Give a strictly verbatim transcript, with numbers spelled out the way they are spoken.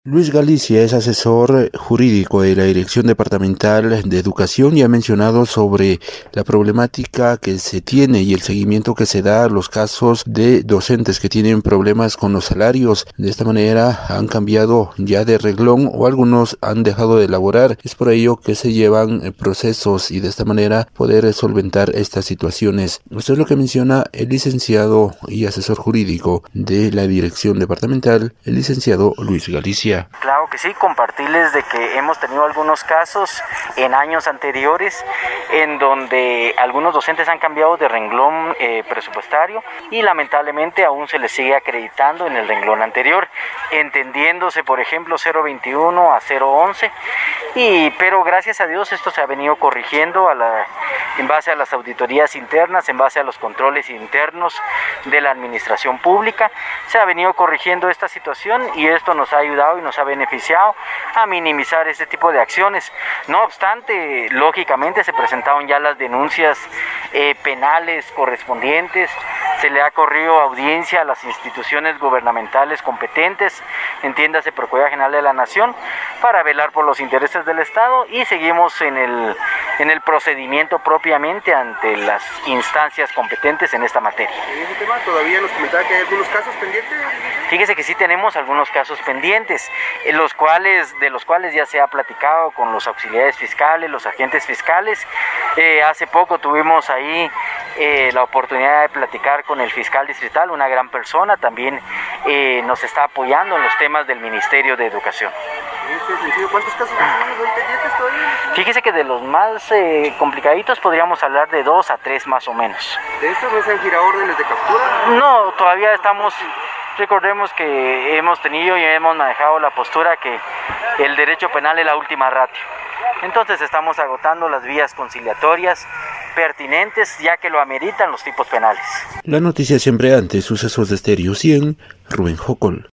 Luis Galicia es asesor jurídico de la Dirección Departamental de Educación y ha mencionado sobre la problemática que se tiene y el seguimiento que se da a los casos de docentes que tienen problemas con los salarios. De esta manera han cambiado ya de renglón o algunos han dejado de elaborar. Es por ello que se llevan procesos y de esta manera poder solventar estas situaciones. Esto es lo que menciona el licenciado y asesor jurídico de la Dirección Departamental, el licenciado Luis Galicia. Claro que sí, compartirles de que hemos tenido algunos casos en años anteriores en donde algunos docentes han cambiado de renglón eh, presupuestario y lamentablemente aún se les sigue acreditando en el renglón anterior, entendiéndose por ejemplo cero veintiuno a cero once, y, pero gracias a Dios esto se ha venido corrigiendo a la, en base a las auditorías internas, en base a los controles internos de la administración pública. Se ha venido corrigiendo esta situación y esto nos ha ayudado y nos ha beneficiado a minimizar este tipo de acciones. No obstante, lógicamente se presentaron ya las denuncias eh, penales correspondientes, se le ha corrido audiencia a las instituciones gubernamentales competentes, entiéndase Procuraduría General de la Nación, para velar por los intereses del Estado, y seguimos en el, en el procedimiento propiamente ante las instancias competentes en esta materia. En ese tema todavía nos comentaba que hay algunos casos pendientes. Fíjese que sí tenemos algunos casos pendientes, en los cuales, de los cuales ya se ha platicado con los auxiliares fiscales, los agentes fiscales. Eh, hace poco tuvimos ahí eh, la oportunidad de platicar con el fiscal distrital, una gran persona, también eh, nos está apoyando en los temas del Ministerio de Educación. En este sentido, ¿cuántos casos tenemos hoy pendientes todavía? Fíjese que de los más eh, complicaditos podríamos hablar de dos a tres más o menos. ¿De estos no se han girado órdenes de captura? No, todavía estamos... Recordemos que hemos tenido y hemos manejado la postura que el derecho penal es la última ratio. Entonces estamos agotando las vías conciliatorias pertinentes, ya que lo ameritan los tipos penales. La noticia siempre antes, Sucesos de Estéreo cien, Rubén Jocol.